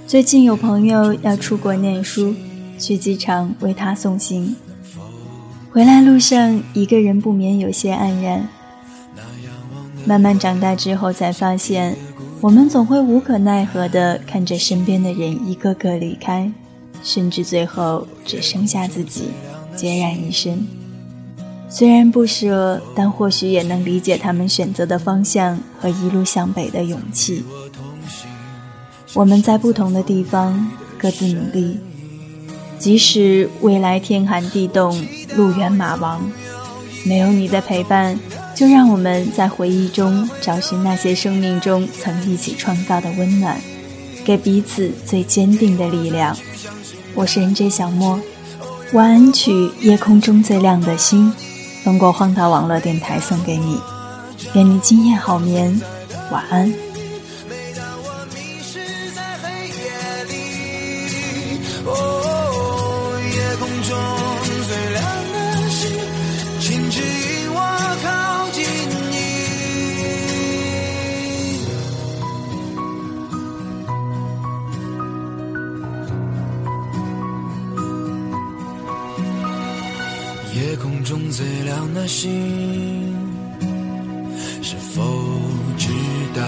最近有朋友要出国念书，去机场为他送行。回来路上一个人不免有些黯然。慢慢长大之后才发现，我们总会无可奈何地看着身边的人一个个离开，甚至最后只剩下自己孑然一身。虽然不舍，但或许也能理解他们选择的方向和一路向北的勇气。我们在不同的地方各自努力，即使未来天寒地冻，路远马亡，没有你的陪伴，就让我们在回忆中找寻那些生命中曾一起创造的温暖，给彼此最坚定的力量。我是 NJ 小莫，晚安曲夜空中最亮的星，通过荒岛网络电台送给你，愿你今夜好眠，晚安。 夜空中最亮的星，是否知道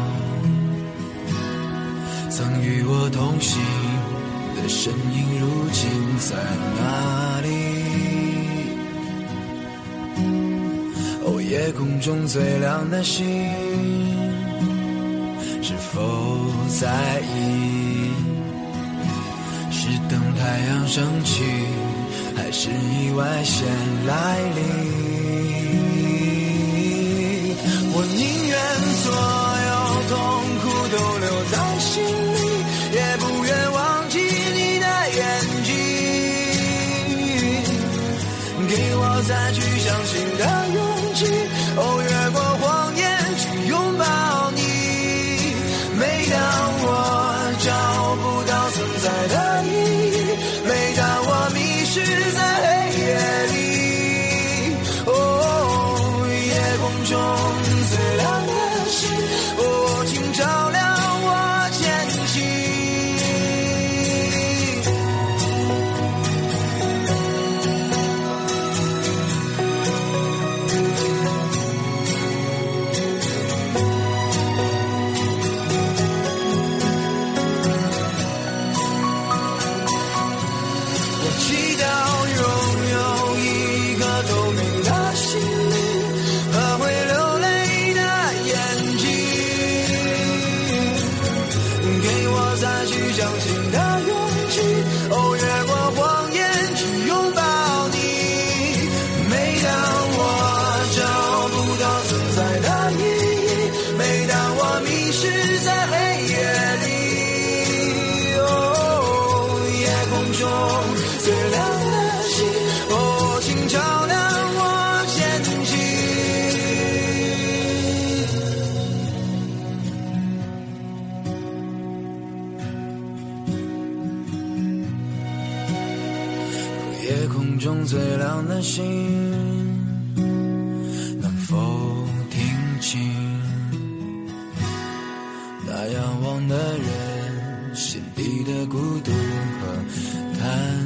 曾与我同行的身影如今在哪里？哦，夜空中最亮的星，是否在意？是等太阳升起，还是意外先来临？我宁愿所有痛苦都留在心里，也不愿忘记你的眼睛，给我再去相信的勇气，哦，越过谎言去拥抱你。每当我找不到存在的意义，每当我迷失在黑夜里，哦，夜空中最亮的星，哦，请照亮我前行。我祈祷拥有一颗透明的心灵和会流泪的眼睛，给我再去相信的勇气，哦，越过谎言去拥抱你。每当我找不到存在的意义，每当我迷失在黑夜里，哦，夜空中最亮的星，哦，请照亮我前行。夜空中最亮的星，能否听清那仰望的人心底的孤独和叹